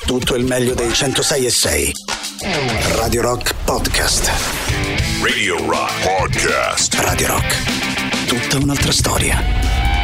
tutto il meglio dei 106.6. Radio Rock Podcast. Radio Rock Podcast. Radio Rock. Tutta un'altra storia.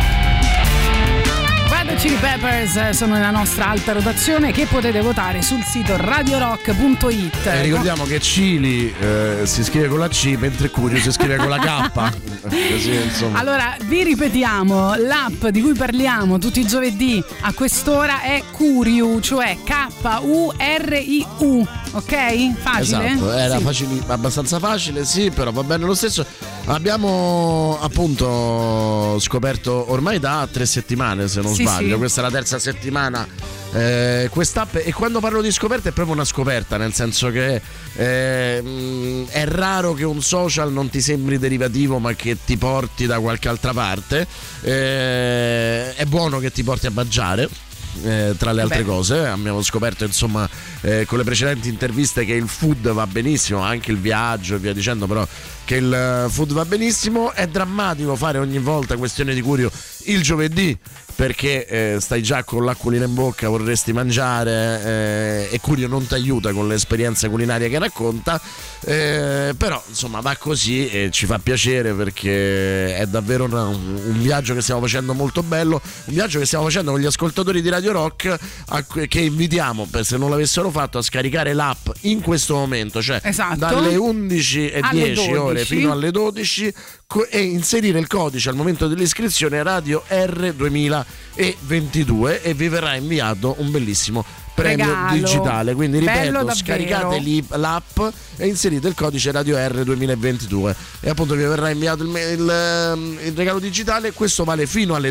Chili Peppers sono nella nostra alta rotazione che potete votare sul sito radiorock.it. Ricordiamo che Chili si scrive con la C mentre Curio si scrive con la K. Così, insomma. Allora vi ripetiamo, l'app di cui parliamo tutti i giovedì a quest'ora è Curiu, cioè K-U-R-I-U. Ok? Facile? Esatto, era sì. Abbastanza facile, sì, però va bene lo stesso. Abbiamo appunto scoperto ormai da 3 settimane, se non sbaglio, sì. Questa è la terza settimana quest'app, e quando parlo di scoperta è proprio una scoperta, nel senso che è raro che un social non ti sembri derivativo ma che ti porti da qualche altra parte. È buono che ti porti a mangiare. Tra le altre cose abbiamo scoperto, insomma, con le precedenti interviste, che il food va benissimo, anche il viaggio e via dicendo, però che il food va benissimo. È drammatico fare ogni volta questione di Curio il giovedì, perché stai già con l'acquolina in bocca, vorresti mangiare, e Curio non ti aiuta con l'esperienza culinaria che racconta, però insomma va così e ci fa piacere, perché è davvero un viaggio che stiamo facendo molto bello, un viaggio che stiamo facendo con gli ascoltatori di Radio Rock, che invitiamo, se non l'avessero fatto, a scaricare l'app in questo momento, cioè dalle 11:10 ore fino alle 12, e inserire il codice al momento dell'iscrizione Radio R2022 e vi verrà inviato un bellissimo premio digitale. Quindi ripeto, scaricate l'app e inserite il codice Radio R 2022 e appunto vi verrà inviato il regalo digitale. Questo vale fino alle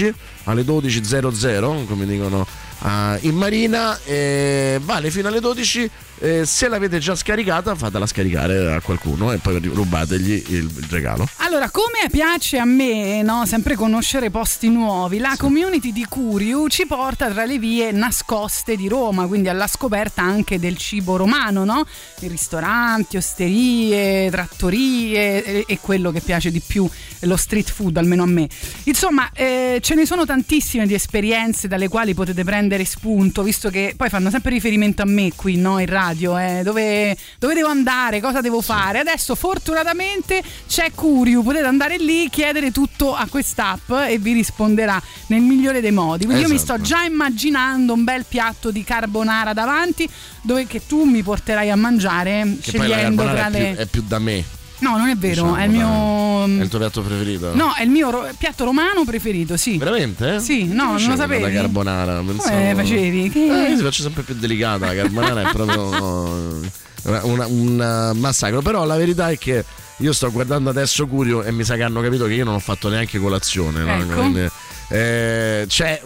12:00, come dicono in marina, vale fino alle 12. Se l'avete già scaricata, fatela scaricare a qualcuno e poi rubategli il regalo. Allora, come piace a me, no, sempre conoscere posti nuovi, la community di Curiu ci porta tra le vie nascoste di Roma, quindi alla scoperta anche del cibo romano, no? I ristoranti, osterie, trattorie e quello che piace di più, lo street food, almeno a me. Insomma, ce ne sono tantissime di esperienze dalle quali potete prendere spunto, visto che poi fanno sempre riferimento a me qui, no, in radio, dove devo andare, cosa devo fare. Adesso fortunatamente c'è Curiu, potete andare lì, chiedere tutto a quest'app e vi risponderà nel migliore dei modi. Quindi io mi sto già immaginando un bel piatto di carbonara davanti, che tu mi porterai a mangiare, che scegliendo poi la tra le... è più da me. No, non è vero, diciamo, è il mio... È il tuo piatto preferito? No, è il mio piatto romano preferito, sì. Veramente? Sì, no, non lo sapevi? La carbonara, pensavo... Come facevi? Io si faccio sempre più delicata, la carbonara è proprio un massacro. Però la verità è che io sto guardando adesso Curio e mi sa che hanno capito che io non ho fatto neanche colazione, no? Ecco. Quindi, c'è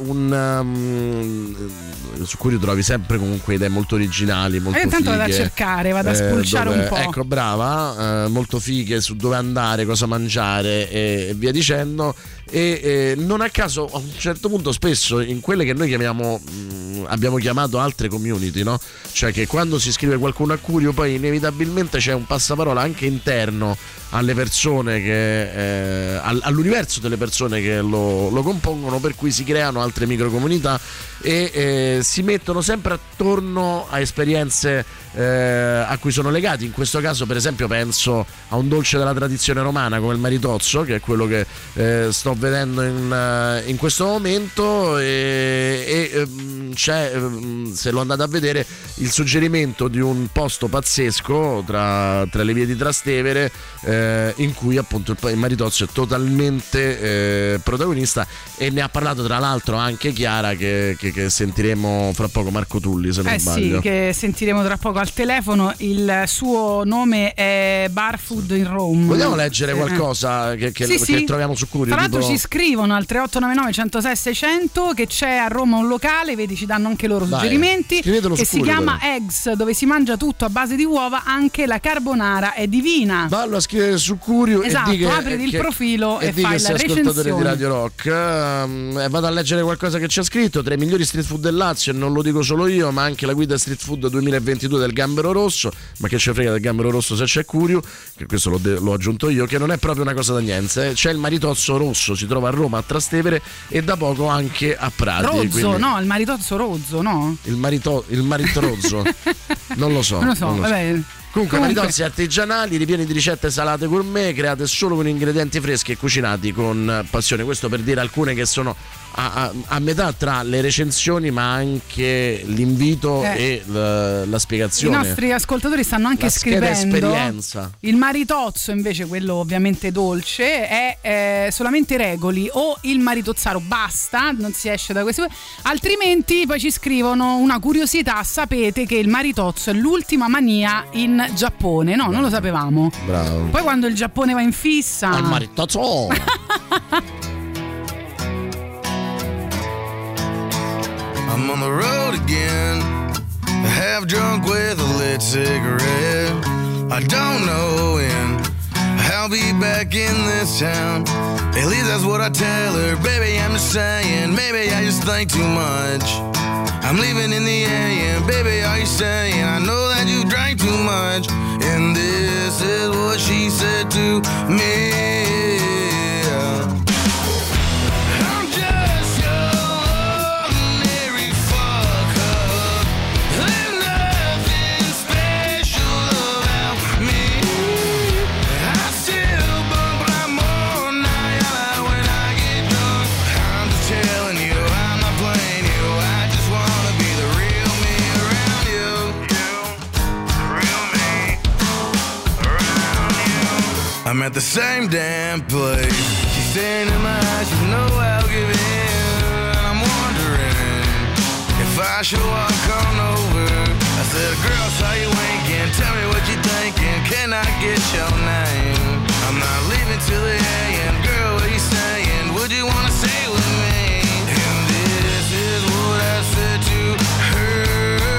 su cui trovi sempre comunque idee molto originali, molto fighe. Intanto vado a cercare, vado a spulciare un po'. Ecco, brava, molto fighe su dove andare, cosa mangiare e via dicendo. E non a caso a un certo punto spesso in quelle che noi abbiamo chiamato altre community, no? Cioè che quando si scrive qualcuno a Curio poi inevitabilmente c'è un passaparola anche interno alle persone che all'universo delle persone che lo compongono, per cui si creano altre microcomunità e si mettono sempre attorno a esperienze a cui sono legati. In questo caso per esempio penso a un dolce della tradizione romana come il maritozzo, che è quello che sto vedendo in questo momento, e c'è, se lo andate a vedere, il suggerimento di un posto pazzesco tra le vie di Trastevere, in cui appunto il maritozzo è totalmente protagonista, e ne ha parlato tra l'altro anche Chiara che sentiremo fra poco, Marco Tulli se non sbaglio. Sì, che sentiremo tra poco al telefono. Il suo nome è Barfood in Rome. Vogliamo leggere qualcosa che troviamo su Curio? Tra l'altro ci scrivono al 3899 106 600 che c'è a Roma un locale, vedi, ci danno anche loro suggerimenti, che si chiama Eggs, dove si mangia tutto a base di uova, anche la carbonara è divina. Vallo a scrivere su Curio, esatto, e di apri il profilo e fai la recensione. Ascoltatore di Radio Rock, vado a leggere qualcosa che c'è scritto. Tra i migliori street food del Lazio, e non lo dico solo io, ma anche la guida street food 2022 del Gambero Rosso. Ma che ce frega del Gambero Rosso se c'è Curio, che questo l'ho aggiunto io, che non è proprio una cosa da niente. C'è il maritozzo rosso, si trova a Roma a Trastevere e da poco anche a Prati. Rozzo, quindi... no, il maritozzo maritozzo rozzo, no? Il maritrozzo. Non lo so. Vabbè. Comunque maritozzi artigianali ripieni di ricette salate gourmet create solo con ingredienti freschi e cucinati con passione. Questo per dire alcune che sono a metà tra le recensioni ma anche l'invito e la spiegazione. I nostri ascoltatori stanno anche scrivendo esperienza. Il maritozzo invece, quello ovviamente dolce, è solamente regoli o il maritozzaro, basta, non si esce da questi, altrimenti poi ci scrivono una curiosità: sapete che il maritozzo è l'ultima mania in Giappone? No, non lo sapevamo. Bravo. Poi quando il Giappone va in fissa al maritozzo I'm on the road again, half drunk with a lit cigarette. I don't know when I'll be back in this town. At least that's what I tell her. Baby, I'm just saying, maybe I just think too much. I'm leaving in the AM, baby, are you saying? I know that you drank too much. And this is what she said to me. I'm at the same damn place. She's staring in my eyes, you know I'll give in. And I'm wondering if I should walk on over. I said, girl, saw you winking, tell me what you thinking. Can I get your name? I'm not leaving till the AM. Girl, what you saying? Would you wanna stay with me? And this is what I said to her.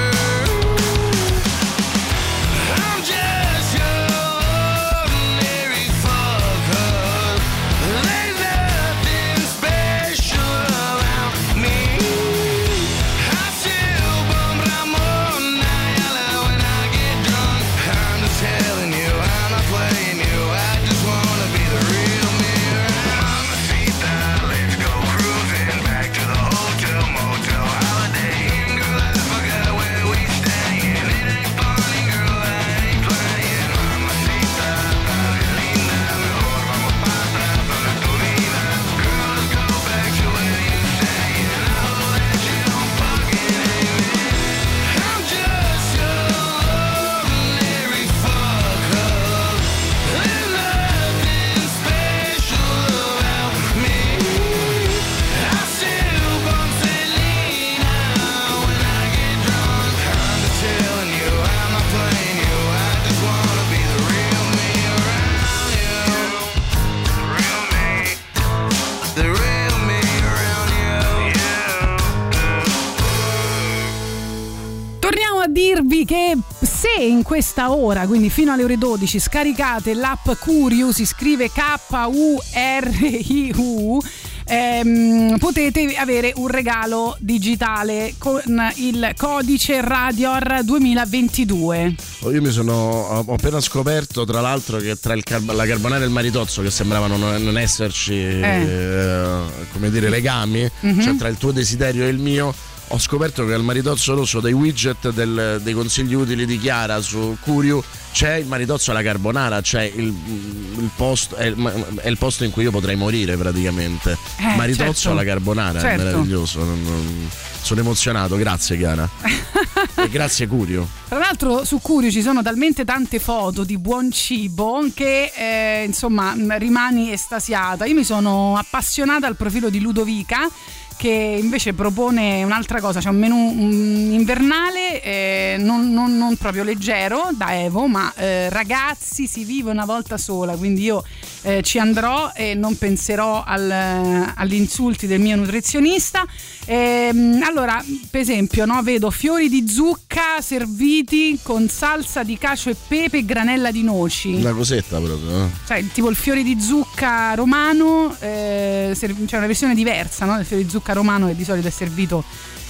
I'm just your ordinary fucker. There's nothing special about me. I still bum Ramona when I get drunk. I'm just telling you, I'm not playing you. I just wanna be the real me. Mamacita, let's go cruising back to the hotel, motel, holiday. Girl, I forgot where we staying. It ain't funny, girl, I ain't playing. Mamacita, linda, mejor vamos pa' atrás donde tú digas. Girl, let's go back to where you staying. I know that you don't fucking hate me. I'm just your ordinary fucker. There's nothing special about me. I still bump Selena when I get drunk. I'm just telling you, I'm not playing you. I just wanna be the real me around you. Real me. The real me around you. Torniamo a dirvi che se in questa ora, quindi fino alle ore 12, scaricate l'app Curiu, si scrive K-U-R-I-U, potete avere un regalo digitale con il codice Radior 2022. Ho appena scoperto tra l'altro che tra la carbonara e il maritozzo, che sembravano non esserci come dire legami, cioè tra il tuo desiderio e il mio, ho scoperto che al maritozzo rosso dei widget dei consigli utili di Chiara su Curiu c'è il maritozzo alla carbonara, c'è il posto, è il posto in cui io potrei morire praticamente. Maritozzo certo. alla carbonara, certo. È meraviglioso. Sono emozionato, grazie Chiara. E grazie Curiu. Tra l'altro su Curiu ci sono talmente tante foto di buon cibo che insomma rimani estasiata. Io mi sono appassionata al profilo di Ludovica, che invece propone un'altra cosa. C'è un menù invernale non proprio leggero da Evo, ma ragazzi, si vive una volta sola, quindi io ci andrò e non penserò agli insulti del mio nutrizionista. Allora, per esempio, no, vedo fiori di zucca serviti con salsa di cacio e pepe e granella di noci. Una cosetta proprio, no? Cioè tipo il fiore di zucca romano, c'è una versione diversa, no, del fiore di zucca romano che di solito è servito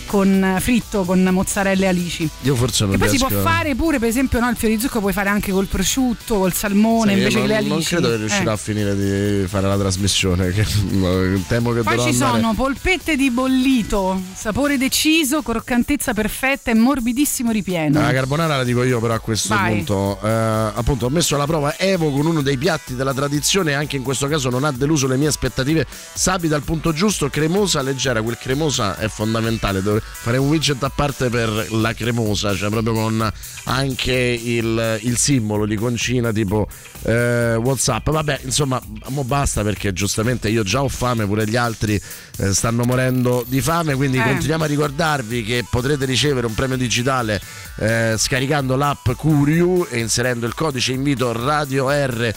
con fritto con mozzarella e alici. Io forse non e poi riesco. si può fare pure, per esempio, no, il fiore di zucchero puoi fare anche col prosciutto, col salmone, invece che le alici. Non credo che riuscirò a finire di fare la trasmissione, che temo che poi dovrò ci andare. sono polpette di bollito, sapore deciso, croccantezza perfetta e morbidissimo ripieno. La carbonara la dico io, però a questo punto appunto ho messo alla prova Evo con uno dei piatti della tradizione e anche in questo caso non ha deluso le mie aspettative. Sapida al punto giusto, cremosa, leggera. Quel cremosa è fondamentale, fare un widget a parte per la cremosa, cioè proprio con anche il simbolo di concina tipo WhatsApp. Vabbè, insomma, mo basta, perché giustamente io già ho fame, pure gli altri stanno morendo di fame, quindi continuiamo a ricordarvi che potrete ricevere un premio digitale scaricando l'app Curiu e inserendo il codice invito Radio R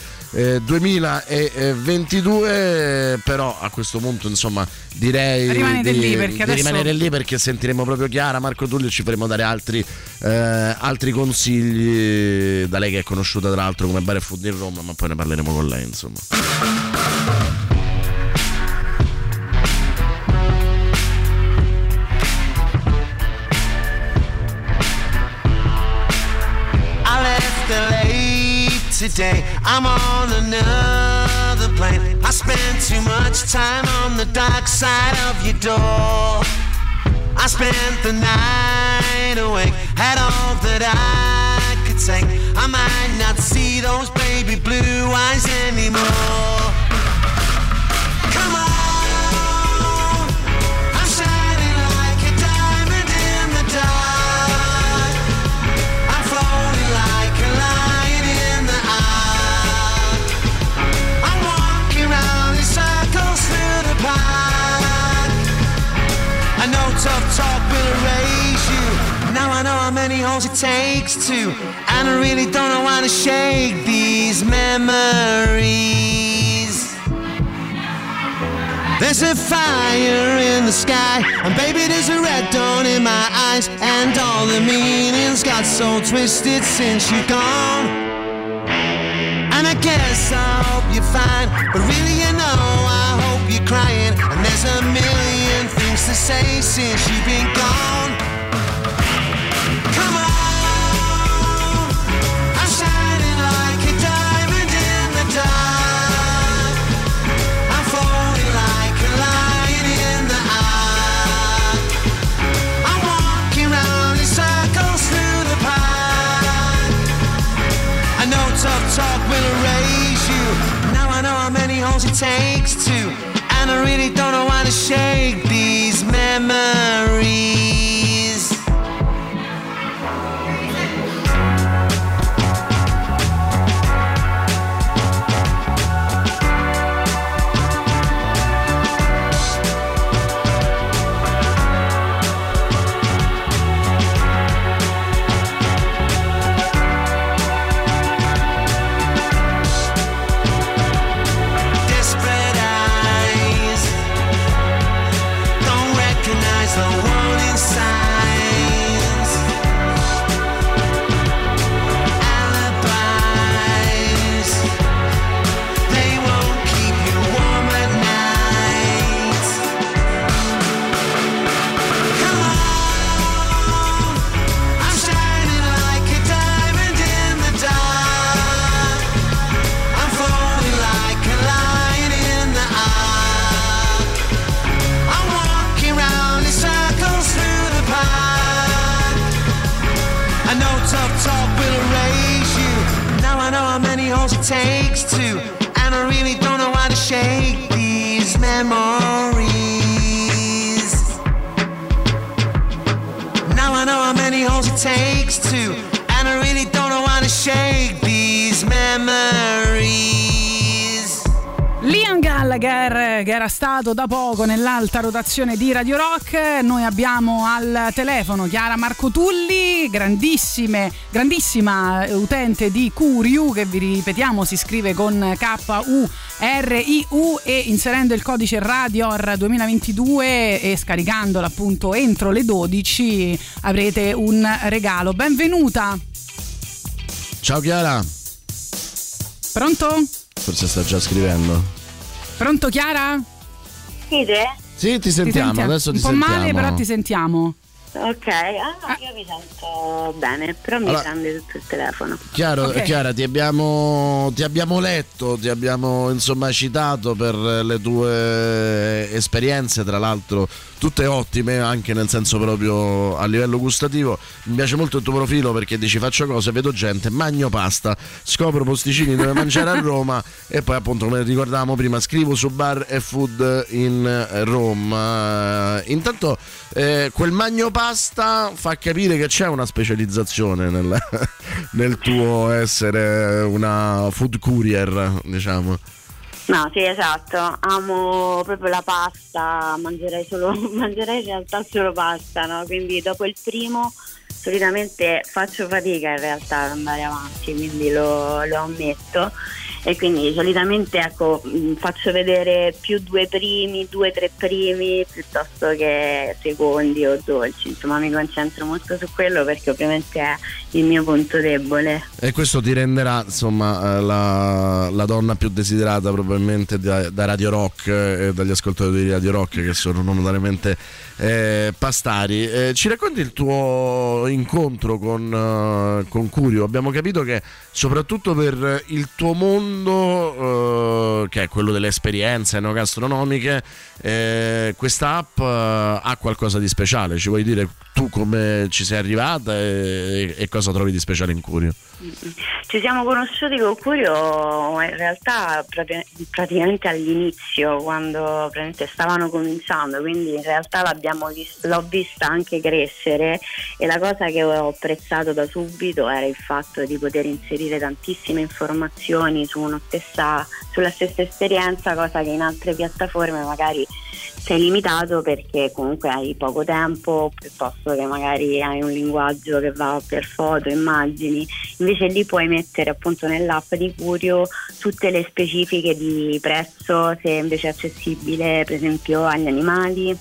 2022. Però a questo punto, insomma, direi rimanete di lì, perché adesso rimanere lì, perché sentiremo proprio Chiara, Marco Tullio, ci faremo dare altri consigli da lei, che è conosciuta tra l'altro come Bar e Food in Roma, ma poi ne parleremo con lei, insomma. Today I'm on another plane. I spent too much time on the dark side of your door. I spent the night awake, had all that I could take. I might not see those baby blue eyes anymore. Come on, I'm shining like a diamond in the dark. I'm floating like a lion in the eye. I'm walking round in circles through the park. I know tough talk will erase you. Now I know how many holes it takes to, and I really don't know how to shake these memories. There's a fire in the sky, and baby there's a red dawn in my eyes, and all the meanings got so twisted since you're gone. And I guess I hope you're fine, but really you know I hope you're crying. And there's a million things to say since you've been gone. Come on, I'm shining like a diamond in the dark. I'm floating like a lion in the eye. I'm walking round in circles through the park. I know tough talk will erase you. Now I know how many holes it takes to, and I really don't know how to shake these memories. Desperate eyes don't recognize the warning signs. Alibis, they won't keep you warm at night. Come on, I'm shining like a diamond in the dark. I'm floating like a lion in the eye. I'm walking round in circles through the park. I know tough talk will erase you. Now I know how many holes it takes to, and I really don't know how to shake these memories. Now I know how many holes it takes to, and I really don't know how to shake these memories. Liam Gallagher, che era stato da poco nell'alta rotazione di Radio Rock. Noi abbiamo al telefono Chiara Marco Tulli, grandissima utente di Curiu, che vi ripetiamo si scrive con K-U-R-I-U, e inserendo il codice RADIOR 2022 e scaricandolo appunto entro le 12 avrete un regalo. Benvenuta. Ciao Chiara. Pronto? Forse sta già scrivendo. Pronto Chiara? Siete? Sì, ti sentiamo, adesso ti sentiamo. Un po' sentiamo. male, però ti sentiamo. Ok, io mi sento bene, però mi prende tutto il telefono. Chiara, ti abbiamo letto, ti abbiamo insomma citato per le tue esperienze, tra l'altro tutte ottime, anche nel senso proprio a livello gustativo. Mi piace molto il tuo profilo perché dici faccio cose, vedo gente, magno pasta, scopro posticini dove mangiare a Roma e poi appunto come ricordavamo prima scrivo su bar e food in Roma. Intanto quel magno pasta fa capire che c'è una specializzazione nel tuo essere una food courier, diciamo. No, sì, esatto, amo proprio la pasta, mangerei in realtà solo pasta, no? Quindi dopo il primo solitamente faccio fatica in realtà ad andare avanti, quindi lo ammetto. E quindi solitamente ecco faccio vedere più 2 primi, 2-3 primi piuttosto che secondi o dolci, insomma mi concentro molto su quello perché ovviamente è il mio punto debole. E questo ti renderà insomma la donna più desiderata probabilmente da Radio Rock e dagli ascoltatori di Radio Rock, che sono notoriamente pastari. Ci racconti il tuo incontro con Curio? Abbiamo capito che soprattutto per il tuo mondo che è quello delle esperienze gastronomiche, questa app ha qualcosa di speciale. Ci vuoi dire tu come ci sei arrivata e cosa trovi di speciale in Curio? Ci siamo conosciuti con Curio in realtà praticamente all'inizio, quando stavano cominciando, quindi in realtà l'ho vista anche crescere, e la cosa che ho apprezzato da subito era il fatto di poter inserire tantissime informazioni sulla stessa esperienza, cosa che in altre piattaforme magari sei limitato perché comunque hai poco tempo, piuttosto che magari hai un linguaggio che va per foto, immagini. Invece lì puoi mettere appunto nell'app di Curio tutte le specifiche di prezzo, se invece è accessibile per esempio agli animali,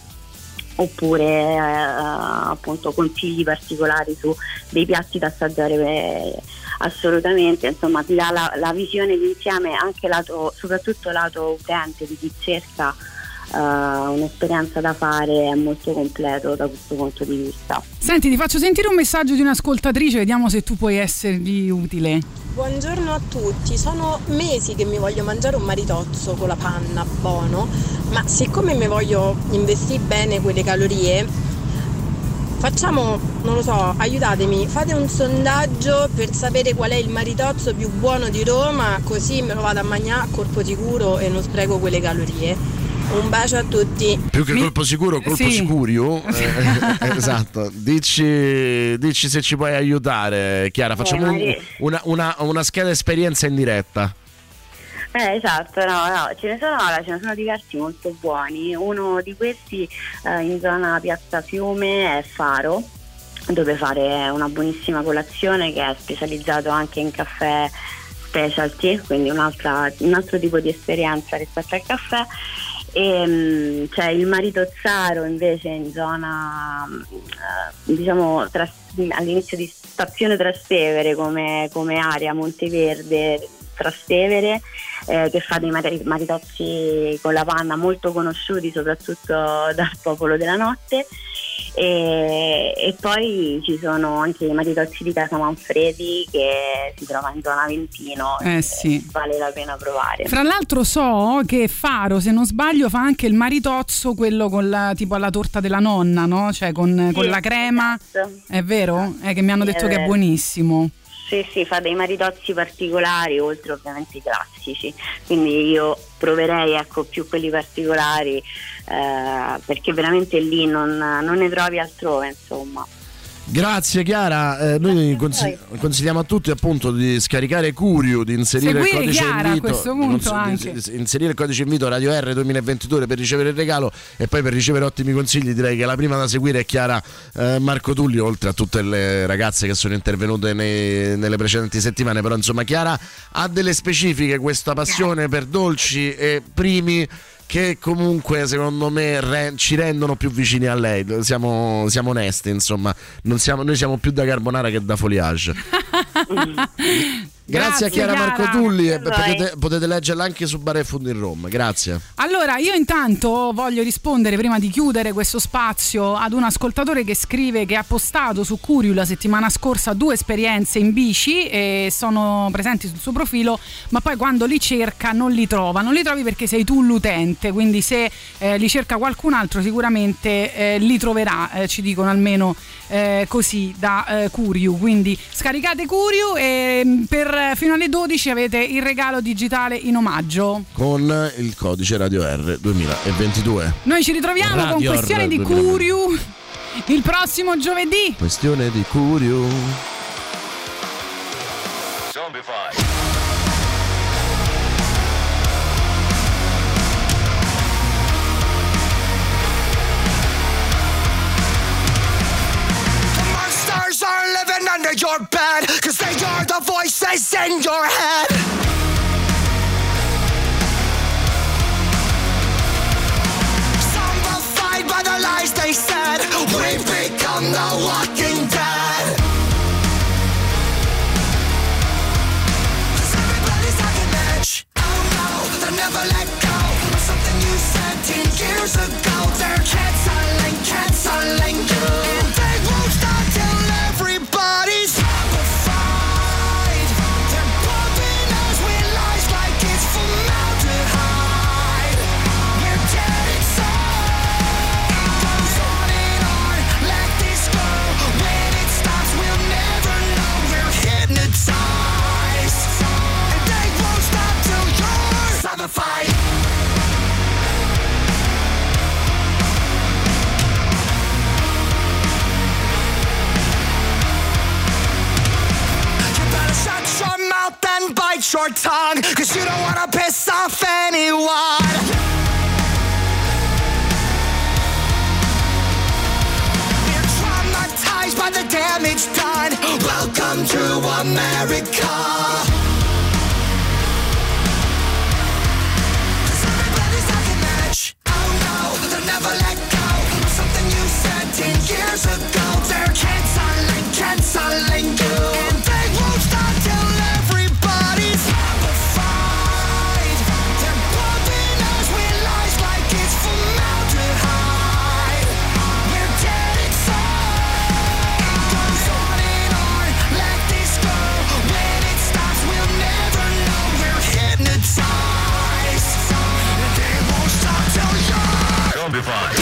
oppure appunto consigli particolari su dei piatti da assaggiare assolutamente. Insomma ti dà la visione d'insieme, anche soprattutto lato utente, di chi cerca un'esperienza da fare, è molto completo da questo punto di vista. Senti, ti faccio sentire un messaggio di un'ascoltatrice, vediamo se tu puoi essergli utile. Buongiorno a tutti, sono mesi che mi voglio mangiare un maritozzo con la panna, buono, ma siccome mi voglio investire bene quelle calorie, facciamo, non lo so, aiutatemi, fate un sondaggio per sapere qual è il maritozzo più buono di Roma, così me lo vado a mangiare a colpo sicuro e non spreco quelle calorie. Un bacio a tutti. Più che colpo sicuro, colpo sicuro. Esatto. Dici se ci puoi aiutare, Chiara. Facciamo una scheda esperienza in diretta. Esatto, no, ce ne sono diversi molto buoni. Uno di questi in zona Piazza Fiume è Faro, dove fare una buonissima colazione, che è specializzato anche in caffè specialty, quindi un altro tipo di esperienza rispetto al caffè. E c'è il Maritozzaro invece in zona diciamo all'inizio di stazione Trastevere, come area Monteverde Trastevere, che fa dei maritozzi con la panna molto conosciuti soprattutto dal popolo della notte. E poi ci sono anche i maritozzi di Casa Manfredi, che si trova in zona Aventino, sì. Vale la pena provare. Fra l'altro so che Faro, se non sbaglio, fa anche il maritozzo, quello con tipo alla torta della nonna, no? Cioè con la crema, esatto. È vero? Che mi hanno detto che è buonissimo. Sì, fa dei maritozzi particolari, oltre ovviamente i classici, quindi io proverei più quelli particolari, perché veramente lì non ne trovi altrove, insomma. Grazie Chiara, noi consigliamo a tutti appunto di scaricare Curio, di inserire il codice Chiara, invito, a questo punto anche. Inserire il codice invito Radio R 2022 per ricevere il regalo, e poi per ricevere ottimi consigli direi che la prima da seguire è Chiara Marco Tullio, oltre a tutte le ragazze che sono intervenute nelle precedenti settimane. Però insomma Chiara ha delle specifiche, questa passione per dolci e primi, che comunque secondo me ci rendono più vicini a lei. Siamo onesti, insomma, noi siamo più da carbonara che da foliage. Grazie a Chiara Marco Tulli, e Vai. potete leggerla anche su Bar e Food in Roma. Grazie. Allora, io intanto voglio rispondere prima di chiudere questo spazio ad un ascoltatore che scrive che ha postato su Curiu la settimana scorsa 2 esperienze in bici e sono presenti sul suo profilo, ma poi quando li cerca non li trova. Non li trovi perché sei tu l'utente, quindi se li cerca qualcun altro sicuramente li troverà, ci dicono almeno così da Curiu. Quindi scaricate Curiu e fino alle 12 avete il regalo digitale in omaggio Con il codice Radio R 2022. Noi ci ritroviamo Radio con Questione R di 2022. Curiu il prossimo giovedì. Questione di Curiu. Monsters are living under your bed, 'cause they are the voices in your head. Zombified by the lies they said, we've become the walking dead. 'Cause everybody's like an edge. Oh no, they'll never let go of something you said 10 years ago. They're canceling you. And they won't stop till everybody's zombified. They're pumping us with lies like it's formaldehyde. We're dead inside. It goes on and on like this go. When it stops, we'll never know. We're hypnotized. And they won't stop till you're zombified. Shut your mouth and bite your tongue, 'cause you don't wanna piss off anyone. We're traumatized by the damage done. Welcome to America. 'Cause everybody's like an edge. Oh no, they'll never let go of something you said 10 years ago. They're canceling you. And they won't stop till everybody's zombified. They're pumping us with lies like it's formaldehyde. We're dead inside. It goes on and on like this go. When it stops, we'll never know. We're hypnotized. And they won't stop till you're zombified.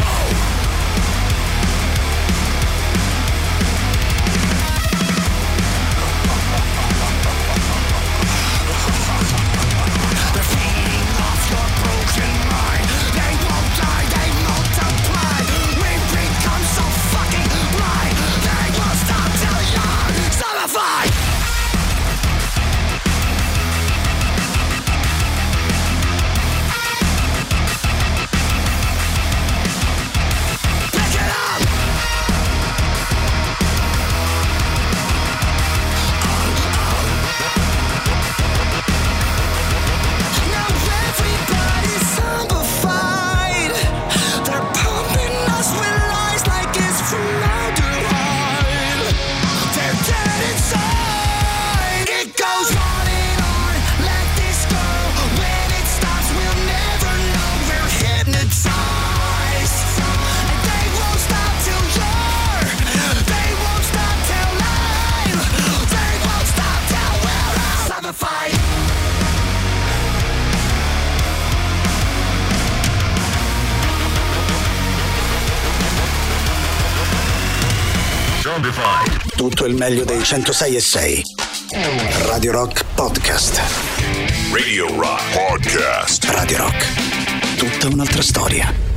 Tutto il meglio dei 106.6 Radio Rock Podcast. Radio Rock Podcast. Radio Rock, tutta un'altra storia.